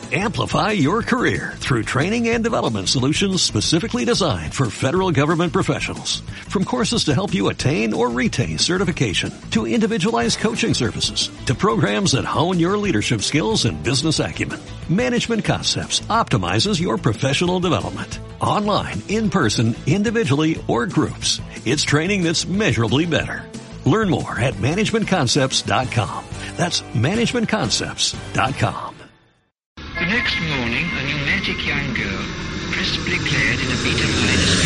Amplify your career through training and development solutions specifically designed for federal government professionals. From courses to help you attain or retain certification, to individualized coaching services, to programs that hone your leadership skills and business acumen, Management Concepts optimizes your professional development. Online, in person, individually, or groups, it's training that's measurably better. Learn more at managementconcepts.com. That's managementconcepts.com. The next morning, a pneumatic young girl, crisply clad in a Beta Minus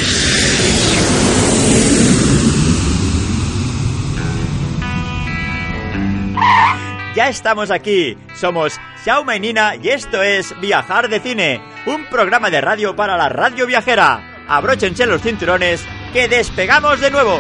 Ya estamos aquí, somos Xiaoma y Nina y esto es Viajar de Cine, un programa de radio para la radio viajera. Abróchense los cinturones, que despegamos de nuevo.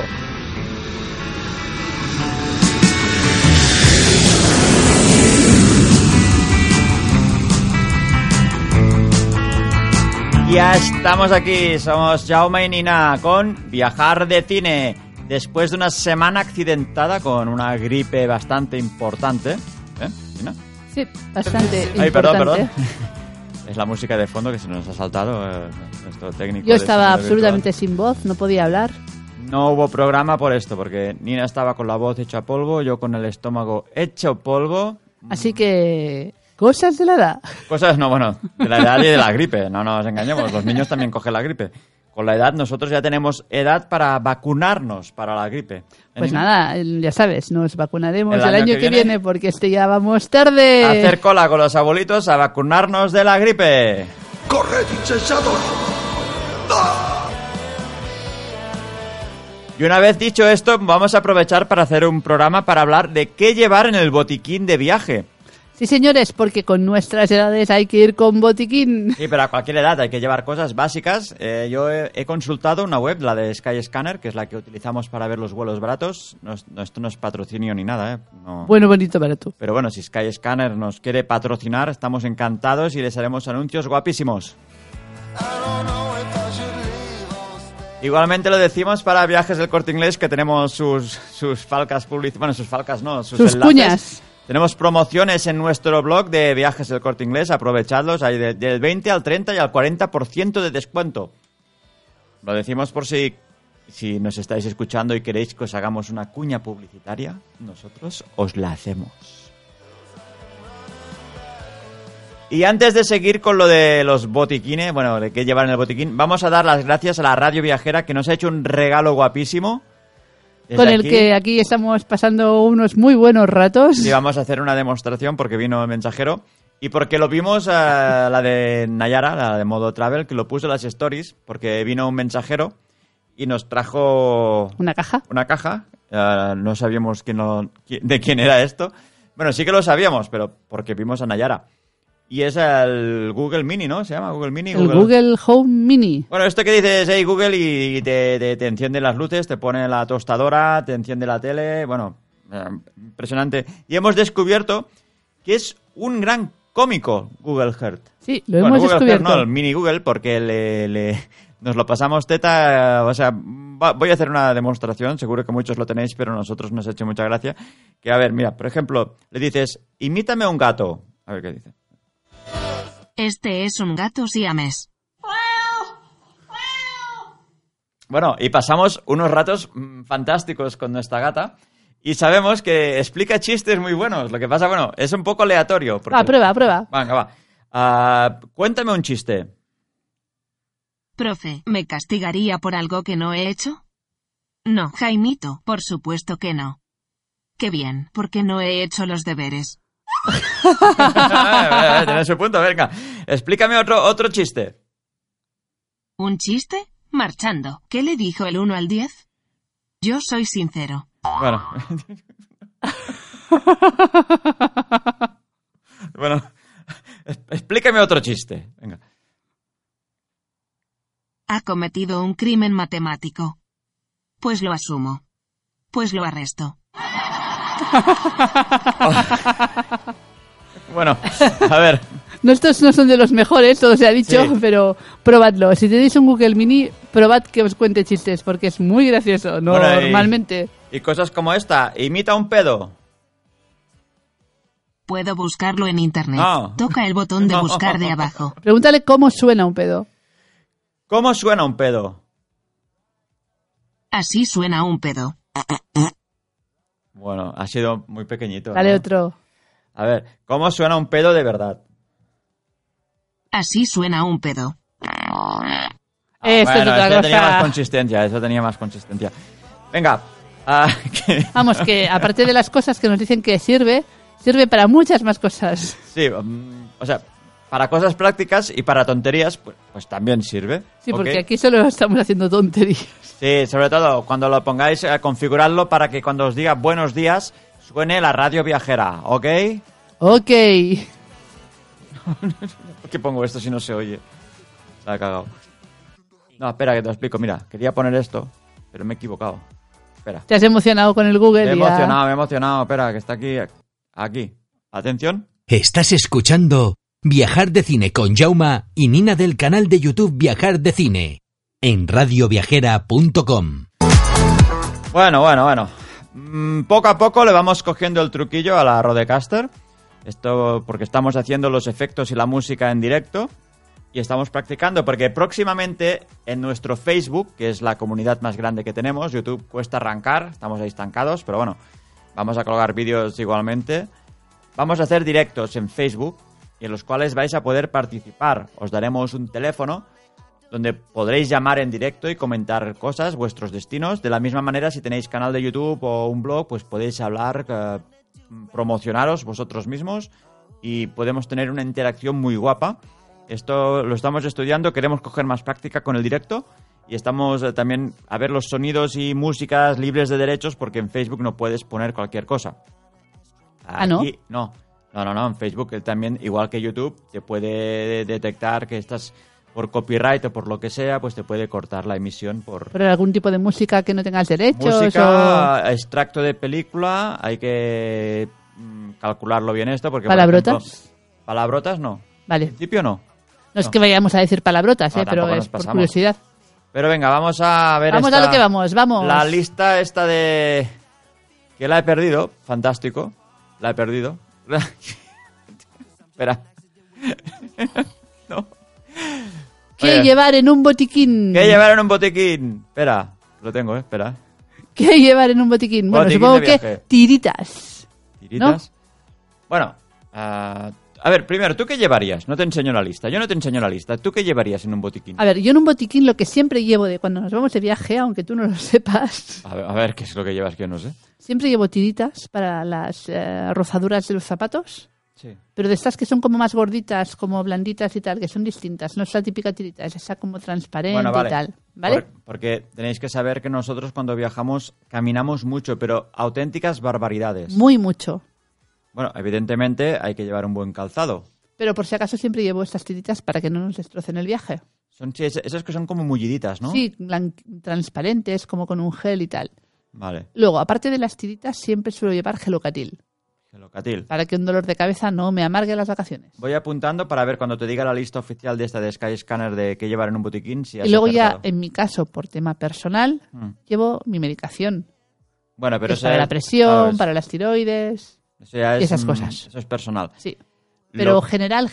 Ya estamos aquí, somos Xiaoma y Nina con Viajar de Cine. Después de una semana accidentada con una gripe bastante importante. ¿Nina? Sí, bastante Ay, importante. perdón. Es la música de fondo que se nos ha saltado nuestro técnico. Yo estaba absolutamente virtual. sin voz, no podía hablar. No hubo programa por esto, porque Nina estaba con la voz hecha polvo, yo con el estómago hecho polvo. Así que... cosas de la edad. Cosas, no, bueno, de la edad y de la gripe, no nos engañemos, los niños también cogen la gripe. Con la edad, nosotros ya tenemos edad para vacunarnos para la gripe. Pues nada, ya sabes, nos vacunaremos El el año que viene porque ya vamos tarde. Hacer cola con los abuelitos a vacunarnos de la gripe. ¡Corred, insensatos! ¡Ah! Y una vez dicho esto, vamos a aprovechar para hacer un programa para hablar de qué llevar en el botiquín de viaje. Sí, señores, porque con nuestras edades hay que ir con botiquín. Sí, pero a cualquier edad hay que llevar cosas básicas. Yo he consultado una web, la de Skyscanner, que es la que utilizamos para ver los vuelos baratos. Esto no es patrocinio ni nada, ¿eh? No. Bueno, bonito, barato. Pero bueno, si Skyscanner nos quiere patrocinar, estamos encantados y les haremos anuncios guapísimos. Igualmente lo decimos para Viajes del Corte Inglés, que tenemos sus falcas publicitarias. Bueno, sus falcas no, sus enlaces. Cuñas. Tenemos promociones en nuestro blog de Viajes del Corte Inglés, aprovechadlos, hay del 20 al 30 y al 40% de descuento. Lo decimos por si nos estáis escuchando y queréis que os hagamos una cuña publicitaria, nosotros os la hacemos. Y antes de seguir con lo de los botiquines, bueno, de qué llevar en el botiquín, vamos a dar las gracias a la radio viajera que nos ha hecho un regalo guapísimo. Con el que aquí estamos pasando unos muy buenos ratos. Y vamos a hacer una demostración porque vino el mensajero y porque lo vimos a la de Nayara, la de Modo Travel, que lo puso en las stories porque vino un mensajero y nos trajo... ¿Una caja? Una caja. No sabíamos de quién era esto. Bueno, sí que lo sabíamos, pero porque vimos a Nayara. Y es el Google Mini, ¿no? ¿Se llama Google Mini? El Google Home Mini. Bueno, esto que dices, hey Google, y te enciende las luces, te pone la tostadora, te enciende la tele, bueno, impresionante. Y hemos descubierto que es un gran cómico Google Earth. Sí, lo hemos Google descubierto. Earth, no, el Mini Google, porque nos lo pasamos teta, o sea, voy a hacer una demostración, seguro que muchos lo tenéis, pero a nosotros nos ha hecho mucha gracia. Que a ver, mira, por ejemplo, le dices, imítame a un gato. A ver qué dice. Este es un gato siamés. Bueno, y pasamos unos ratos fantásticos con nuestra gata y sabemos que explica chistes muy buenos. Lo que pasa, bueno, es un poco aleatorio. Porque... prueba. Venga, va. Cuéntame un chiste. Profe, ¿me castigaría por algo que no he hecho? No, Jaimito, por supuesto que no. Qué bien, porque no he hecho los deberes. Tiene su punto, venga. Explícame otro chiste. ¿Un chiste? Marchando. ¿Qué le dijo el 1 al 10? Yo soy sincero. Bueno. Bueno, explícame otro chiste. Venga. Ha cometido un crimen matemático. Pues lo asumo. Pues lo arresto. Bueno, a ver. Estos no son de los mejores, todo se ha dicho, Sí. pero probadlo. Si tenéis un Google Mini, probad que os cuente chistes, porque es muy gracioso, Bueno, normalmente. Y cosas como esta. Imita un pedo. Puedo buscarlo en internet. No. Toca el botón de No. buscar de abajo. Pregúntale cómo suena un pedo. ¿Cómo suena un pedo? Así suena un pedo. Bueno, ha sido muy pequeñito. Dale ¿no? otro. A ver, ¿cómo suena un pedo de verdad? Así suena un pedo. Esto es otra eso tenía más cosa. consistencia, eso tenía más consistencia. Venga, Vamos, que aparte de las cosas que nos dicen que sirve para muchas más cosas. sí, o sea, para cosas prácticas y para tonterías, pues también sirve. Sí, ¿ok? porque aquí solo estamos haciendo tonterías. Sí, sobre todo cuando lo pongáis, configurarlo para que cuando os diga buenos días suene la radio viajera, ¿ok? Ok. ¿Por qué pongo esto si no se oye? Se ha cagado. No, espera que te lo explico. Mira, quería poner esto, pero me he equivocado. Espera. Te has emocionado con el Google. Me he y ya- emocionado, me he emocionado. Espera, que está aquí. Aquí. Atención. Estás escuchando Viajar de Cine con Jauma y Nina del canal de YouTube Viajar de Cine en radioviajera.com. Bueno. Poco a poco le vamos cogiendo el truquillo a la Rodecaster. Esto porque estamos haciendo los efectos y la música en directo. Y estamos practicando porque próximamente en nuestro Facebook, que es la comunidad más grande que tenemos, YouTube cuesta arrancar, estamos ahí estancados, pero bueno, vamos a colgar vídeos igualmente. Vamos a hacer directos en Facebook y en los cuales vais a poder participar. Os daremos un teléfono donde podréis llamar en directo y comentar cosas, vuestros destinos. De la misma manera, si tenéis canal de YouTube o un blog, pues podéis hablar, promocionaros vosotros mismos y podemos tener una interacción muy guapa. Esto lo estamos estudiando, queremos coger más práctica con el directo y estamos también a ver los sonidos y músicas libres de derechos porque en Facebook no puedes poner cualquier cosa. ¿Ah, no? Aquí, no, en Facebook él también, igual que YouTube, te puede detectar que estás por copyright o por lo que sea, pues te puede cortar la emisión por ¿Por algún tipo de música que no tengas derechos? música, extracto de película, hay que calcularlo bien esto porque... por ¿Palabrotas? ejemplo, palabrotas no. Vale. En principio no. No es No. que vayamos a decir palabrotas, No, pero tampoco es nos por pasamos. curiosidad. Pero venga, vamos a ver Vamos esta- a lo que vamos. La lista esta de... Que la he perdido, fantástico. La he perdido. Espera. No. ¿Qué Oye, llevar en un botiquín? ¿Qué llevar en un botiquín? Espera, lo tengo, espera. ¿Qué llevar en un botiquín? Bueno, Botiquín supongo de que viaje. tiritas. ¿Tiritas? Bueno, a ver, primero, ¿tú qué llevarías? No te enseño la lista. Yo no te enseño la lista. ¿Tú qué llevarías en un botiquín? A ver, yo en un botiquín lo que siempre llevo de cuando nos vamos de viaje, aunque tú no lo sepas, A ver, ¿qué es lo que llevas que yo no sé? siempre llevo tiritas para las rozaduras de los zapatos, Sí. pero de estas que son como más gorditas, como blanditas y tal, que son distintas. No es la típica tirita, es esa como transparente Bueno, vale. y tal. ¿Vale? Porque tenéis que saber que nosotros cuando viajamos caminamos mucho, pero auténticas barbaridades. Muy mucho. Bueno, evidentemente hay que llevar un buen calzado. Pero por si acaso siempre llevo estas tiritas para que no nos destrocen el viaje. Son sí, esas que son como mulliditas, ¿no? Sí, transparentes, como con un gel y tal. Vale, Luego, aparte de las tiritas, siempre suelo llevar gelocatil, gelocatil. para que un dolor de cabeza no me amargue las vacaciones. Voy apuntando para ver cuando te diga la lista oficial de esta de Skyscanner de qué llevar en un botiquín. Si has Y luego ya, acertado. en mi caso, por tema personal, llevo mi medicación. Bueno, pero Que es eso para es- la presión, claro, para las tiroides, eso ya y es, esas cosas. Eso es personal. sí. Pero Lo- general,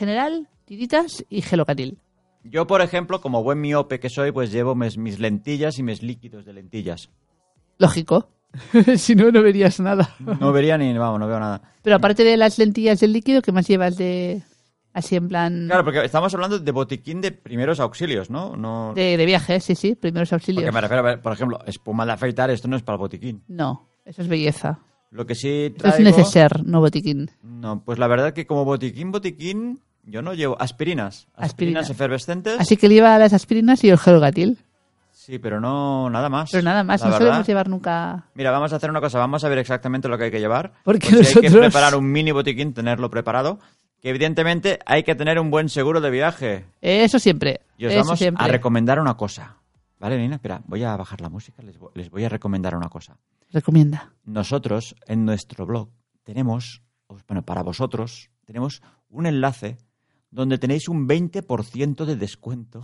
tiritas y gelocatil. Yo, por ejemplo, como buen miope que soy, pues llevo mis lentillas y mis líquidos de lentillas. Lógico. Si no, no verías nada. No vería ni, vamos, no veo nada. Pero aparte de las lentillas del líquido, ¿qué más llevas de así en plan Claro, porque estamos hablando de botiquín de primeros auxilios, ¿no? No de viaje? Sí, sí, primeros auxilios. porque me refiero, a ver, por ejemplo, espuma de afeitar, esto no es para el botiquín. No, eso es belleza. Lo que sí Eso es traigo... neceser, no botiquín. No, pues la verdad que como botiquín, yo no llevo aspirinas. Aspirinas. Efervescentes. Así que lleva las aspirinas y el gelocatil. Sí, pero no nada más. Pero nada más, la no verdad. solemos llevar nunca. Mira, vamos a hacer una cosa, vamos a ver exactamente lo que hay que llevar. Porque si hay que nosotros- preparar un mini botiquín, tenerlo preparado. Que evidentemente hay que tener un buen seguro de viaje. Eso siempre. Y os eso vamos siempre. a recomendar una cosa. ¿Vale, Nina? Espera, voy a bajar la música, les voy a recomendar una cosa. Recomienda. Nosotros, en nuestro blog, tenemos, bueno, para vosotros, tenemos un enlace donde tenéis un 20% de descuento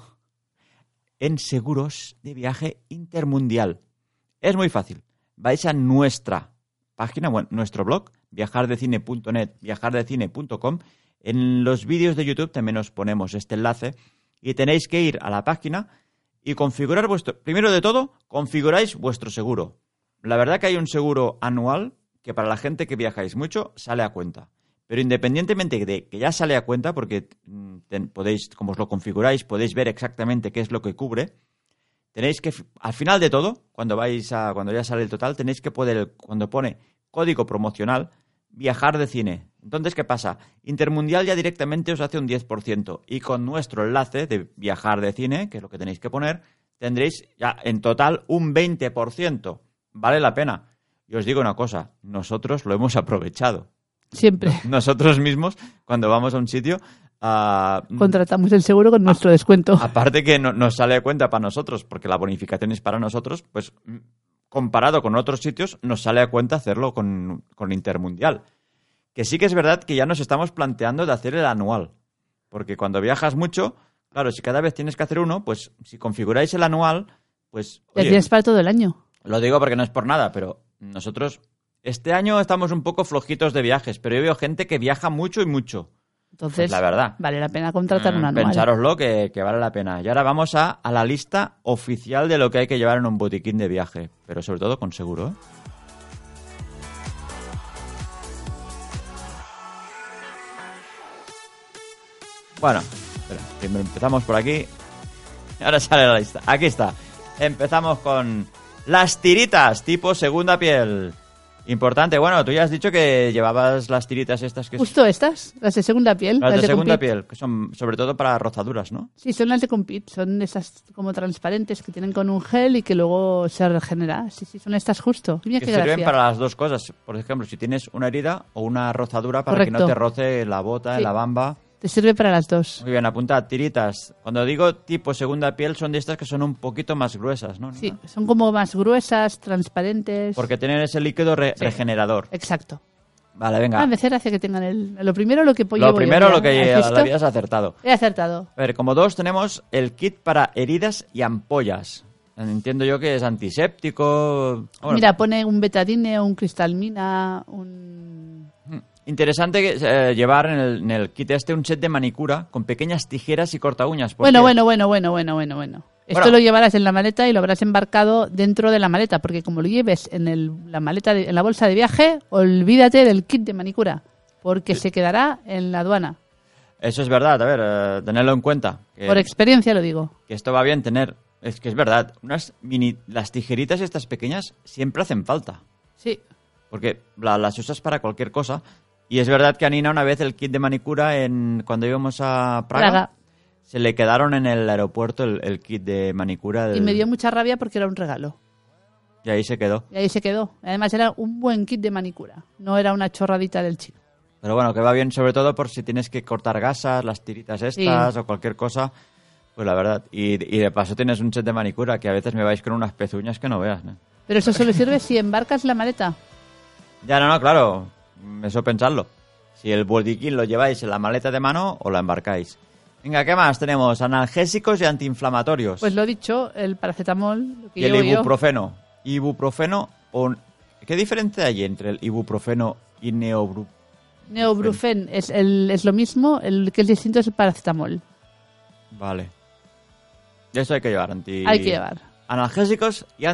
en seguros de viaje intermundial. Es muy fácil. Vais a nuestra página, bueno, nuestro blog, viajardecine.net, viajardecine.com. En los vídeos de YouTube también os ponemos este enlace y tenéis que ir a la página y configurar primero de todo, configuráis vuestro seguro. La verdad que hay un seguro anual que para la gente que viajáis mucho sale a cuenta. Pero independientemente de que ya sale a cuenta, porque podéis, como os lo configuráis, podéis ver exactamente qué es lo que cubre, tenéis que, al final de todo, cuando ya sale el total, tenéis que poder, cuando pone código promocional, viajar de cine. Entonces, ¿qué pasa? Intermundial ya directamente os hace un 10%. Y con nuestro enlace de viajar de cine, que es lo que tenéis que poner, tendréis ya en total un 20%. Vale la pena. Y os digo una cosa, nosotros lo hemos aprovechado. Siempre. Nosotros mismos, cuando vamos a un sitio... contratamos el seguro con nuestro descuento. Aparte que nos sale de cuenta para nosotros, porque la bonificación es para nosotros, pues comparado con otros sitios, nos sale a cuenta hacerlo con Intermundial. Que sí que es verdad que ya nos estamos planteando de hacer el anual. Porque cuando viajas mucho, claro, si cada vez tienes que hacer uno, pues si configuráis el anual, pues... Ya tienes para todo el año. Lo digo porque no es por nada, pero nosotros este año estamos un poco flojitos de viajes, pero yo veo gente que viaja mucho y mucho. Entonces, pues la verdad, vale la pena contratar un anual. Pensároslo que vale la pena. Y ahora vamos a la lista oficial de lo que hay que llevar en un botiquín de viaje, pero sobre todo con seguro, ¿eh? Bueno, espera, primero empezamos por aquí. Ahora sale la lista. Aquí está. Empezamos con las tiritas tipo segunda piel. Importante. Bueno, tú ya has dicho que llevabas las tiritas estas que... Justo estas, las de segunda piel. Las de segunda Compit. piel, que son sobre todo para rozaduras, ¿no? Sí, son las de Compit. Son esas como transparentes que tienen con un gel y que luego se regenera. Sí, son estas justo. Mira Que qué sirven gracia. para las dos cosas. Por ejemplo, si tienes una herida o una rozadura para que Correcto. no te roce la bota, Sí. la bamba. Te sirve para las dos. Muy bien, apuntad, tiritas. Cuando digo tipo segunda piel, son de estas que son un poquito más gruesas, ¿no? Sí, son como más gruesas, transparentes. Porque tienen ese líquido Sí. regenerador. Exacto. Vale, venga. Ah, me hace gracia que tengan el... Lo primero lo que Lo llevo primero yo, lo que ¿has visto? habías acertado. He acertado. A ver, como dos tenemos el kit para heridas y ampollas. Entiendo yo que es antiséptico. Bueno, Mira, pone un betadine, un cristalmina, un... interesante que, llevar en el kit este un set de manicura con pequeñas tijeras y corta uñas. Bueno. Esto Bueno. lo llevarás en la maleta y lo habrás embarcado dentro de la maleta, porque como lo lleves en la maleta, en la bolsa de viaje, olvídate del kit de manicura, porque se quedará en la aduana. Eso es verdad, a ver, tenedlo en cuenta. Por experiencia lo digo. Que esto va bien tener. Es que es verdad, las tijeritas estas pequeñas siempre hacen falta. Sí. Porque las usas para cualquier cosa. Y es verdad que a Nina una vez el kit de manicura cuando íbamos a Praga, se le quedaron en el aeropuerto el kit de manicura. Y me dio mucha rabia porque era un regalo. Y ahí se quedó. Y ahí se quedó. Además era un buen kit de manicura. No era una chorradita del chino. Pero bueno, que va bien sobre todo por si tienes que cortar gasas, las tiritas estas o cualquier cosa. Pues la verdad. Y de paso tienes un set de manicura que a veces me vais con unas pezuñas que no veas, ¿no? Pero eso solo sirve si embarcas la maleta. Ya, no, claro. Eso pensadlo. Si el botiquín lo lleváis en la maleta de mano o la embarcáis. Venga, ¿qué más tenemos? Analgésicos y antiinflamatorios. Pues lo dicho, el paracetamol, lo que y el llevo yo. ibuprofeno. Ibuprofeno ¿qué diferencia hay entre el ibuprofeno y Neobrufen es lo mismo, el que es distinto es el paracetamol. Vale. Eso hay que llevar. Hay que llevar. Analgésicos y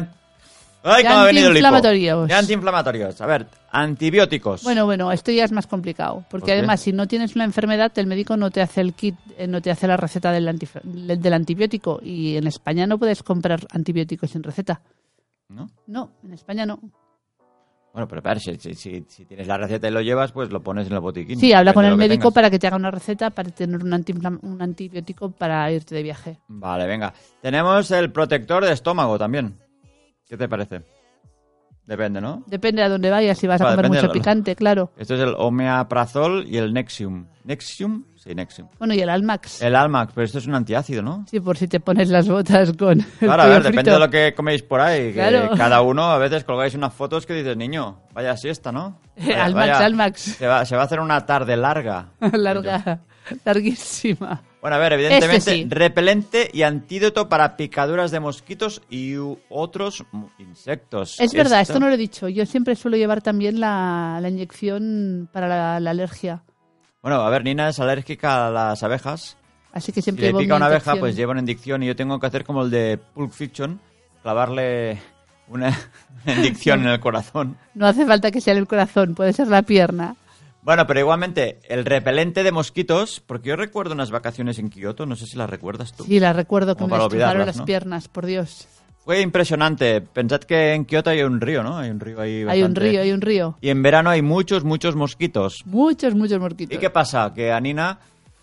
Y ¡ay, cómo ha venido el hipo! antiinflamatorios. Y antiinflamatorios. A ver, antibióticos. Bueno, esto ya es más complicado. Porque ¿Por qué? además, si no tienes una enfermedad, el médico no te hace el kit, no te hace la receta del antibiótico. Y en España no puedes comprar antibióticos sin receta. ¿No? No, en España no. Bueno, pero a ver, si tienes la receta y lo llevas, pues lo pones en el botiquín. Sí, habla con Depende de el lo que médico tengas. para que te haga una receta para tener un antibiótico para irte de viaje. Vale, venga. Tenemos el protector de estómago también. ¿Qué te parece? Depende, ¿no? Depende a dónde vayas, si vas a Claro, comer depende mucho de picante, claro. Esto es el omeprazol y el Nexium. ¿Nexium? Sí, Nexium. Bueno, y el Almax. El Almax, pero esto es un antiácido, ¿no? Sí, por si te pones las botas con el Claro, a pollo ver, depende frito. de lo que coméis por ahí. Que Claro. cada uno a veces colgáis unas fotos que dices, niño, vaya siesta, ¿no? Almax. Se va a hacer una tarde larga. Larga. Larguísima. Bueno, a ver, evidentemente, Este sí. repelente y antídoto para picaduras de mosquitos y otros insectos. Es verdad, esto no lo he dicho. Yo siempre suelo llevar también la inyección para la alergia. Bueno, a ver, Nina es alérgica a las abejas. Así que Si siempre le llevo pica mi una abeja, inyección. pues lleva una inyección y yo tengo que hacer como el de Pulp Fiction, clavarle una inyección en el corazón. No hace falta que sea en el corazón, puede ser la pierna. Bueno, pero igualmente, el repelente de mosquitos, porque yo recuerdo unas vacaciones en Kioto, no sé si las recuerdas tú. Sí, la recuerdo que Como me para destrozaron olvidarlas, las ¿no? piernas, por Dios. Fue impresionante. Pensad que en Kioto hay un río, ¿no? Hay un río ahí Hay un bastante- río, hay un río. Y en verano hay muchos mosquitos. Muchos mosquitos. ¿Y qué pasa? Que a Nina...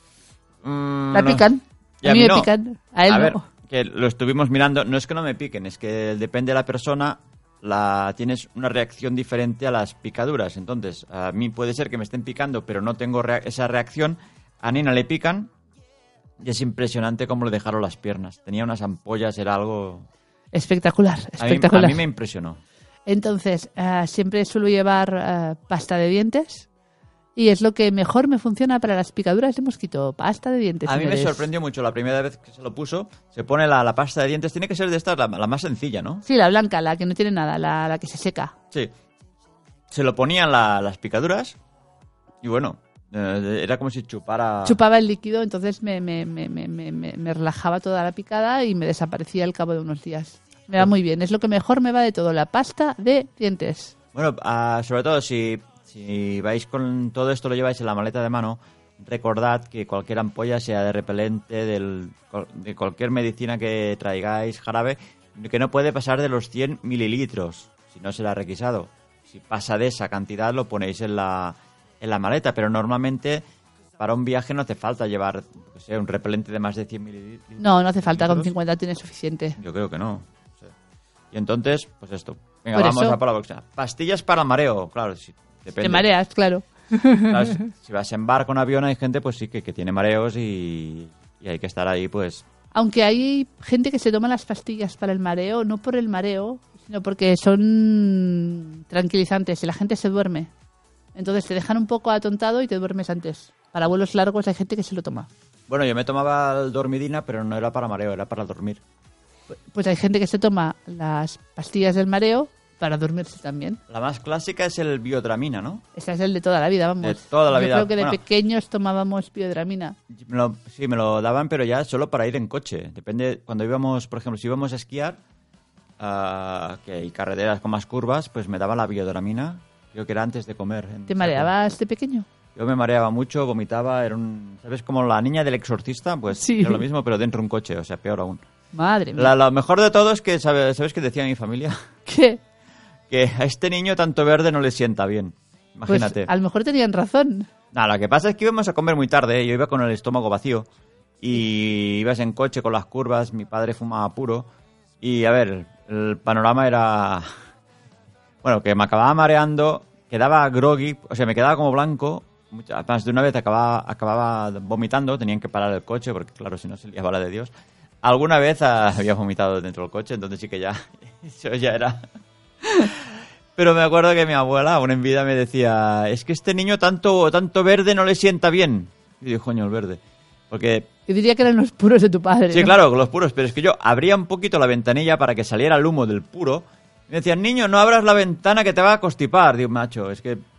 La pican. Y A mí me no. pican. A él no. ver, que lo estuvimos mirando. No es que no me piquen, es que depende de la persona, tienes una reacción diferente a las picaduras. Entonces, a mí puede ser que me estén picando, pero no tengo esa reacción. A Nina le pican y es impresionante cómo le dejaron las piernas. Tenía unas ampollas, era algo... Espectacular, A mí espectacular. me impresionó. Entonces, siempre suelo llevar pasta de dientes y es lo que mejor me funciona para las picaduras de mosquito. Pasta de dientes. A mí me señores. sorprendió mucho la primera vez que se lo puso. Se pone la pasta de dientes. Tiene que ser de estas la más sencilla, ¿no? Sí, la blanca, la que no tiene nada, la que se seca. Sí. Se lo ponían las picaduras y bueno, era como si chupara... Chupaba el líquido, entonces me relajaba toda la picada y me desaparecía al cabo de unos días. Me va muy bien, es lo que mejor me va de todo, la pasta de dientes. Bueno, sobre todo si vais con todo esto, lo lleváis en la maleta de mano, recordad que cualquier ampolla, sea de repelente, de cualquier medicina que traigáis, jarabe, que no puede pasar de los 100 mililitros, si no será requisado. Si pasa de esa cantidad, lo ponéis en la maleta, pero normalmente para un viaje no hace falta llevar un repelente de más de 100 mililitros. No hace falta, con 50 tienes suficiente. Yo creo que no. Sí. Y entonces, pues esto. Venga, Por vamos eso. a por la boxa. Pastillas para el mareo, claro, sí, depende. Te mareas, claro. Claro, si vas en barco, en avión, hay gente pues sí que tiene mareos y hay que estar ahí, pues... Aunque hay gente que se toma las pastillas para el mareo, no por el mareo, sino porque son tranquilizantes y la gente se duerme. Entonces te dejan un poco atontado y te duermes antes. Para vuelos largos hay gente que se lo toma. Bueno, yo me tomaba el dormidina, pero no era para mareo, era para dormir. Pues hay gente que se toma las pastillas del mareo para dormirse también. La más clásica es el biodramina, ¿no? Ese es el de toda la vida, vamos. De toda la Yo vida. creo que de Bueno. pequeños tomábamos biodramina. Sí, me lo daban, pero ya solo para ir en coche. Depende, cuando íbamos, por ejemplo, si íbamos a esquiar, que hay carreteras con más curvas, pues me daban la biodramina, creo que era antes de comer. ¿Te mareabas de pequeño? Yo me mareaba mucho, vomitaba, ¿sabes? Como la niña del exorcista, pues Sí. era lo mismo, pero dentro de un coche, o sea, peor aún. Madre mía. Lo mejor de todo es que, ¿sabes qué decía mi familia? ¿Qué? Que a este niño tanto verde no le sienta bien. Imagínate. Pues a lo mejor tenían razón. Nada, lo que pasa es que íbamos a comer muy tarde, yo iba con el estómago vacío y ibas en coche con las curvas, mi padre fumaba puro y a ver, el panorama era... Bueno, que me acababa mareando, quedaba groggy, o sea, me quedaba como blanco, más de una vez acababa vomitando, tenían que parar el coche porque claro, si no se liaba la de Dios. Alguna vez había vomitado dentro del coche, entonces sí que ya, eso ya era... Pero me acuerdo que mi abuela, aún en vida, me decía, es que este niño tanto verde no le sienta bien. Y digo, coño, el verde. Porque, Yo diría que eran los puros de tu padre. sí, ¿no? claro, con los puros, pero es que yo abría un poquito la ventanilla para que saliera el humo del puro. Y me decían, niño, no abras la ventana que te va a constipar. Digo, macho, es que...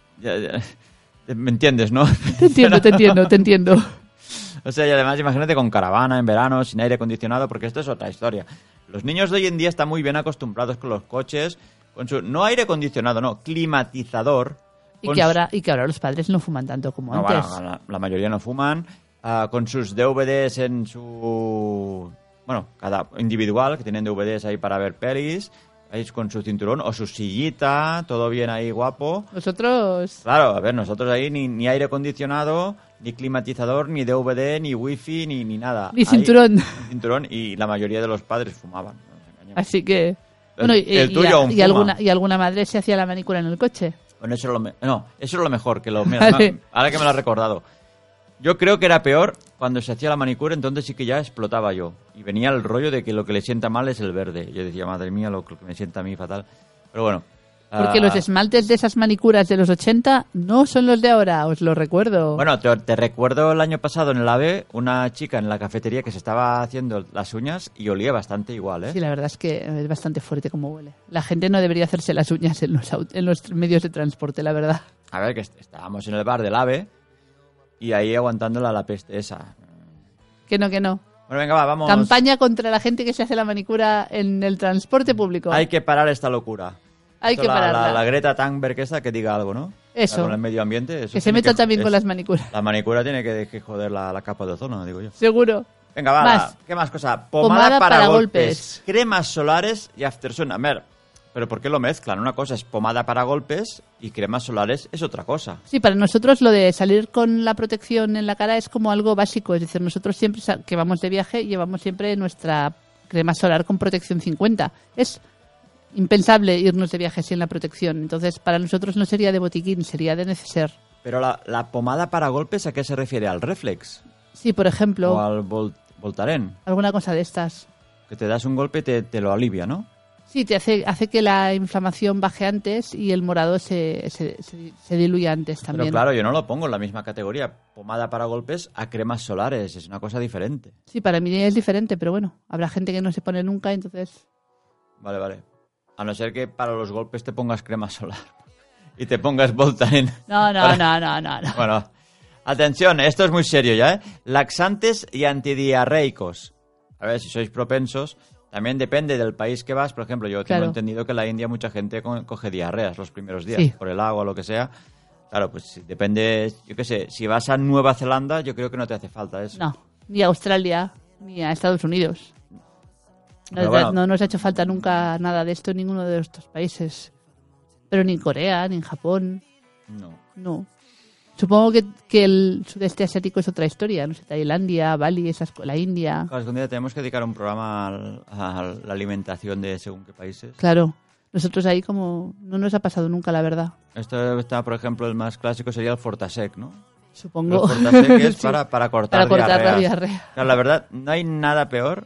¿me entiendes, no? Te entiendo. O sea, y además imagínate con caravana en verano, sin aire acondicionado, porque esto es otra historia. Los niños de hoy en día están muy bien acostumbrados con los coches, con su... No aire acondicionado, no, climatizador. Y que ahora los padres no fuman tanto como No, antes. bueno, la mayoría no fuman, con sus DVDs en su... Bueno, cada individual, que tienen DVDs ahí para ver pelis, ahí con su cinturón o su sillita, todo bien ahí guapo. Nosotros... Claro, a ver, nosotros ahí ni aire acondicionado, ni climatizador, ni DVD, ni wifi, ni nada. Ni Ahí, cinturón. ni cinturón, y la mayoría de los padres fumaban. No nos engañemos. Así que... Bueno, El tuyo aún fuma. y alguna madre se hacía la manicura en el coche. Bueno, eso es lo mejor, que Vale. ahora que me lo has recordado. Yo creo que era peor cuando se hacía la manicura, entonces sí que ya explotaba yo. Y venía el rollo de que lo que le sienta mal es el verde. Yo decía, madre mía, lo que me sienta a mí fatal. Pero bueno, Porque los esmaltes de esas manicuras de los 80 no son los de ahora, os lo recuerdo. Bueno, te recuerdo el año pasado en el AVE una chica en la cafetería que se estaba haciendo las uñas y olía bastante igual, ¿eh? Sí, la verdad es que es bastante fuerte como huele. La gente no debería hacerse las uñas en los medios de transporte, la verdad. A ver, que estábamos en el bar del AVE y ahí aguantándola la peste esa. Que no. Bueno, venga, vamos. Campaña contra la gente que se hace la manicura en el transporte público. Hay que parar esta locura. Hay que pararla. La Greta Thunberg esa que diga algo, ¿no? Eso. Con el medio ambiente. Eso que se meta también con las manicuras. La manicura tiene que joder la capa de ozono, digo yo. Seguro. Venga, va. Más. ¿Qué más cosa? Pomada para golpes. Cremas solares y aftersun. A ver, ¿pero por qué lo mezclan? Una cosa es pomada para golpes y cremas solares es otra cosa. Sí, para nosotros lo de salir con la protección en la cara es como algo básico. Es decir, nosotros siempre que vamos de viaje llevamos siempre nuestra crema solar con protección 50. Es impensable irnos de viaje sin la protección. Entonces, para nosotros no sería de botiquín, sería de neceser. Pero la pomada para golpes, ¿a qué se refiere? ¿Al Reflex? Sí, por ejemplo. ¿O al Voltaren? Alguna cosa de estas. Que te das un golpe y te lo alivia, ¿no? Sí, te hace que la inflamación baje antes y el morado se diluya antes también. Pero claro, yo no lo pongo en la misma categoría. Pomada para golpes a cremas solares. Es una cosa diferente. Sí, para mí es diferente, pero bueno, habrá gente que no se pone nunca, entonces... Vale. A no ser que para los golpes te pongas crema solar y te pongas Voltaren. No. Bueno, atención, esto es muy serio ya, ¿eh? Laxantes y antidiarreicos. A ver, si sois propensos, también depende del país que vas. Por ejemplo, yo tengo entendido que en la India mucha gente coge diarreas los primeros días, sí, por el agua o lo que sea. Claro, pues depende, yo qué sé, si vas a Nueva Zelanda, yo creo que no te hace falta eso. No, ni a Australia, ni a Estados Unidos. Bueno, no nos ha hecho falta nunca nada de esto en ninguno de estos países. Pero ni en Corea, ni en Japón. No. Supongo que el sudeste asiático es otra historia. No sé, Tailandia, Bali, la India. Claro, algún día tenemos que dedicar un programa a la alimentación de según qué países. Claro. Nosotros ahí como no nos ha pasado nunca, la verdad. Esto está, por ejemplo, el más clásico sería el Fortasec, ¿no? Supongo. El Fortasec es sí, para cortar la diarrea. Claro, la verdad, no hay nada peor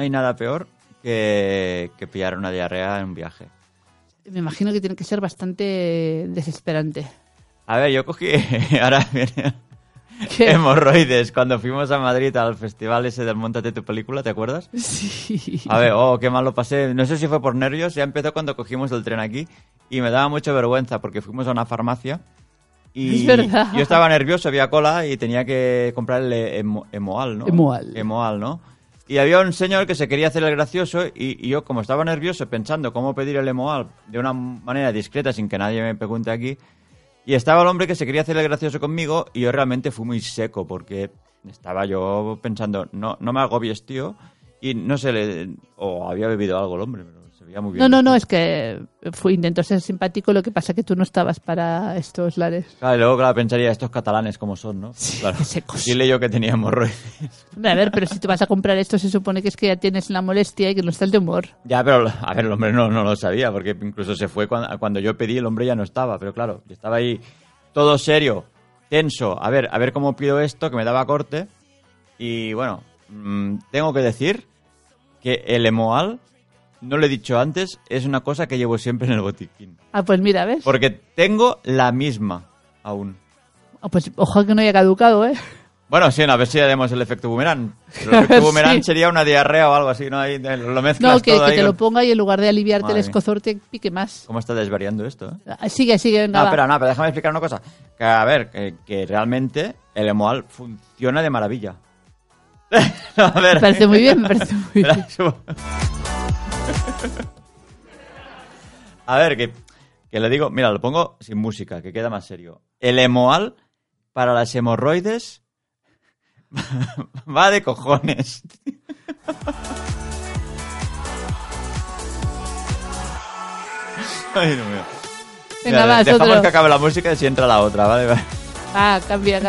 que pillar una diarrea en un viaje. Me imagino que tiene que ser bastante desesperante. A ver, yo cogí... Ahora viene... hemorroides cuando fuimos a Madrid al festival ese del Móntate tu película, ¿te acuerdas? Sí. A ver, qué mal lo pasé. No sé si fue por nervios, ya empezó cuando cogimos el tren aquí y me daba mucha vergüenza porque fuimos a una farmacia y es verdad. Yo estaba nervioso, había cola y tenía que comprar el Emoal, ¿no? Emoal, ¿no? Y había un señor que se quería hacer el gracioso y yo, como estaba nervioso pensando cómo pedir el Emoal de una manera discreta sin que nadie me pregunte aquí, y estaba el hombre que se quería hacer el gracioso conmigo y yo realmente fui muy seco porque estaba yo pensando, no me agobies, tío, y no sé, o había bebido algo el hombre, pero se veía muy bien. No, es que intentó ser simpático, lo que pasa que tú no estabas para estos lares. Claro, y luego claro, pensaría, estos catalanes como son, ¿no? Sí, claro. qué secos. Dile yo que tenía hemorroides. Hombre, a ver, pero si te vas a comprar esto se supone que es que ya tienes la molestia y que no estás de humor. Ya, pero a ver, el hombre no lo sabía, porque incluso se fue cuando yo pedí, el hombre ya no estaba, pero claro, yo estaba ahí todo serio, tenso, a ver cómo pido esto, que me daba corte, y bueno, tengo que decir que el Emoal, no lo he dicho antes, es una cosa que llevo siempre en el botiquín. Ah, pues mira, ¿ves? Porque tengo la misma aún. Ah, pues ojalá que no haya caducado, ¿eh? Bueno, sí, a ver si haremos el efecto boomerang. El efecto boomerang sí. Sería una diarrea o algo así, ¿no? Ahí lo mezclas no, que todo ahí. Te lo ponga y en lugar de aliviarte Madre el escozor te pique más. ¿Cómo está desvariando esto? Sigue, venga, pero déjame explicar una cosa. Que, a ver, que realmente el Emoal funciona de maravilla. A ver. Me parece muy bien. A ver, que le digo... Mira, lo pongo sin música, que queda más serio. El Emoal para las hemorroides... va de cojones. Ay, Dios mío. Venga, mira, dejamos otro. que acabe la música y si entra la otra, ¿vale? Ah, cambia.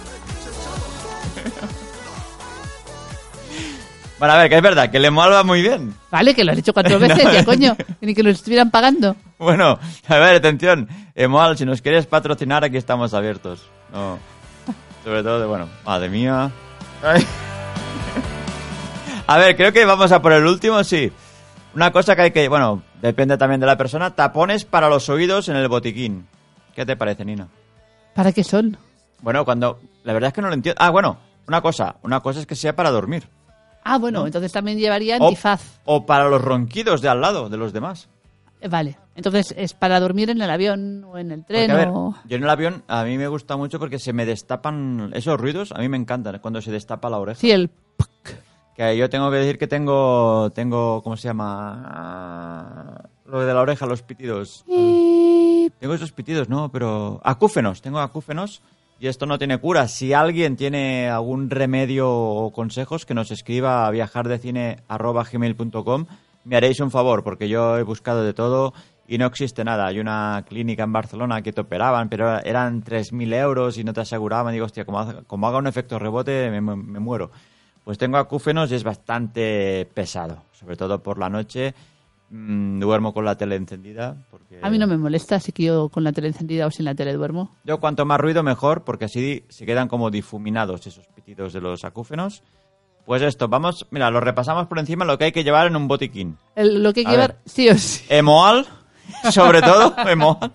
Bueno, a ver, que es verdad, que el Emoal va muy bien. Vale, que lo has hecho 4 veces, no, ya coño. Ni que lo estuvieran pagando. Bueno, a ver, atención. Emoal, si nos quieres patrocinar, aquí estamos abiertos. No. Sobre todo, bueno, madre mía. Ay. A ver, creo que vamos a por el último, sí. Una cosa que hay que... Bueno, depende también de la persona. Tapones para los oídos en el botiquín. ¿Qué te parece, Nina? ¿Para qué son? Bueno, cuando... La verdad es que no lo entiendo. Ah, bueno, una cosa es que sea para dormir. Ah, bueno, entonces también llevaría antifaz. O para los ronquidos de al lado, de los demás. Vale, entonces es para dormir en el avión o en el tren Porque, a ver, o... yo en el avión a mí me gusta mucho porque se me destapan esos ruidos, a mí me encantan cuando se destapa la oreja. Sí, el... Que yo tengo que decir que tengo ¿cómo se llama? Lo de la oreja, los pitidos. Tengo esos pitidos, ¿no? Pero acúfenos, tengo acúfenos y esto no tiene cura. Si alguien tiene algún remedio o consejos, que nos escriba a viajardecine@gmail.com. Me haréis un favor, porque yo he buscado de todo y no existe nada. Hay una clínica en Barcelona que te operaban, pero eran 3.000 euros y no te aseguraban. Digo, hostia, como haga un efecto rebote, me muero. Pues tengo acúfenos y es bastante pesado, sobre todo por la noche. Duermo con la tele encendida. Porque... A mí no me molesta, así que yo con la tele encendida o sin la tele duermo. Yo cuanto más ruido mejor, porque así se quedan como difuminados esos pitidos de los acúfenos. Pues esto, vamos, mira, lo repasamos por encima, lo que hay que llevar en un botiquín. Lo que hay que llevar, sí o sí. Emoal, sobre todo, emoal.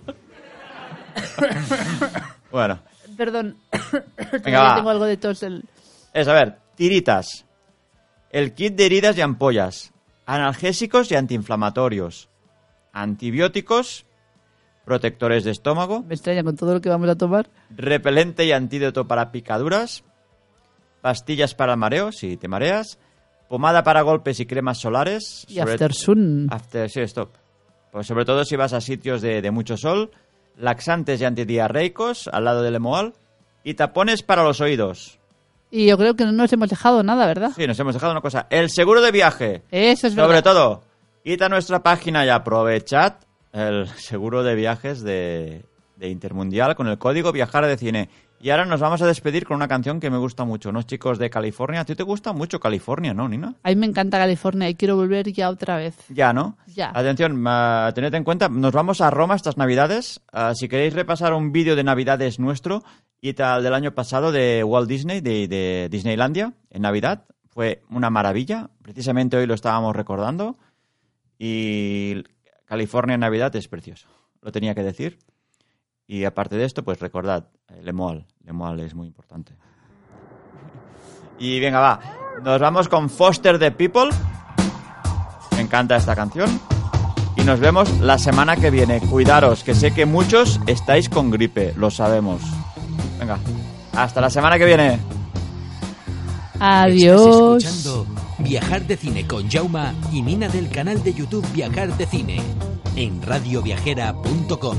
Bueno. Perdón, Venga, va. tengo algo de tos. Es, a ver, tiritas. El kit de heridas y ampollas. Analgésicos y antiinflamatorios. Antibióticos. Protectores de estómago. Me extraña con todo lo que vamos a tomar. Repelente y antídoto para picaduras. Pastillas para el mareo, si te mareas. Pomada para golpes y cremas solares. Y Aftersun. Sí, stop. Pues sobre todo si vas a sitios de mucho sol. Laxantes y antidiarreicos al lado del Emoal. Y tapones para los oídos. Y yo creo que no nos hemos dejado nada, ¿verdad? Sí, nos hemos dejado una cosa. El seguro de viaje. Eso es verdad. Sobre todo, id a nuestra página y aprovechad el seguro de viajes de Intermundial con el código viajardecine. Y ahora nos vamos a despedir con una canción que me gusta mucho, unos chicos de California. ¿A ti te gusta mucho California, no, Nina? A mí me encanta California y quiero volver ya otra vez. Ya, ¿no? Ya. Atención, tened en cuenta, nos vamos a Roma estas Navidades. Si queréis repasar un vídeo de Navidades nuestro y tal del año pasado de Walt Disney, de Disneylandia, en Navidad, fue una maravilla. Precisamente hoy lo estábamos recordando. Y California en Navidad es precioso. Lo tenía que decir. Y aparte de esto, pues recordad, L'Emoal. L'Emoal es muy importante. Y venga, va. Nos vamos con Foster the People. Me encanta esta canción. Y nos vemos la semana que viene. Cuidaros, que sé que muchos estáis con gripe, lo sabemos. Venga, hasta la semana que viene. Adiós. Estás escuchando Viajar de Cine con Jauma y Nina del canal de YouTube Viajar de Cine en radioviajera.com.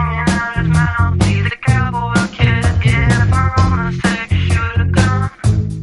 Cowboy kid, yeah, if I own a six, should've gone.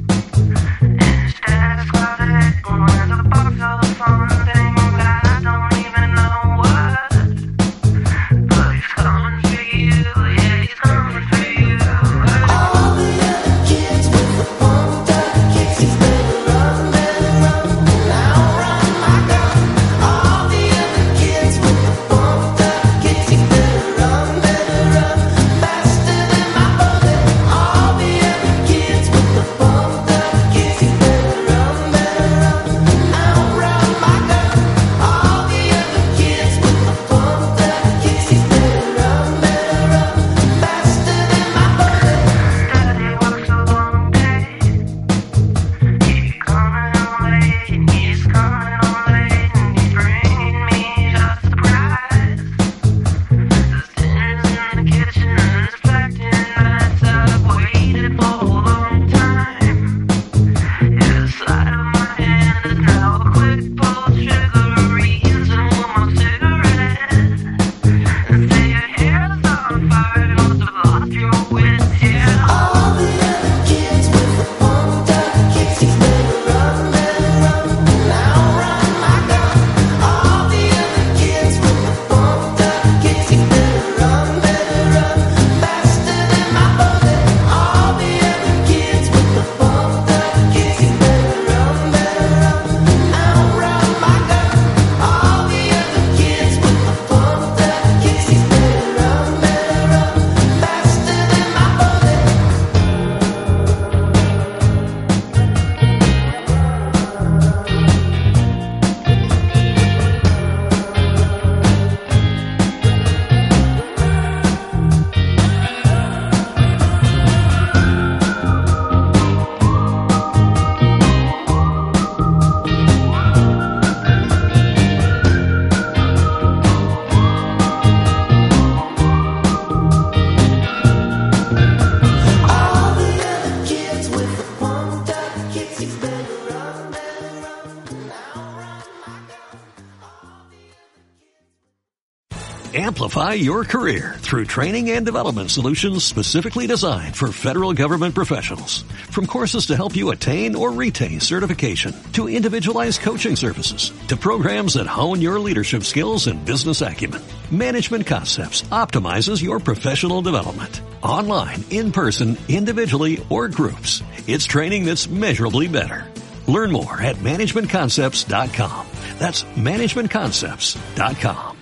Amplify your career through training and development solutions specifically designed for federal government professionals. From courses to help you attain or retain certification, to individualized coaching services, to programs that hone your leadership skills and business acumen, Management Concepts optimizes your professional development. Online, in person, individually, or groups, it's training that's measurably better. Learn more at managementconcepts.com. That's managementconcepts.com.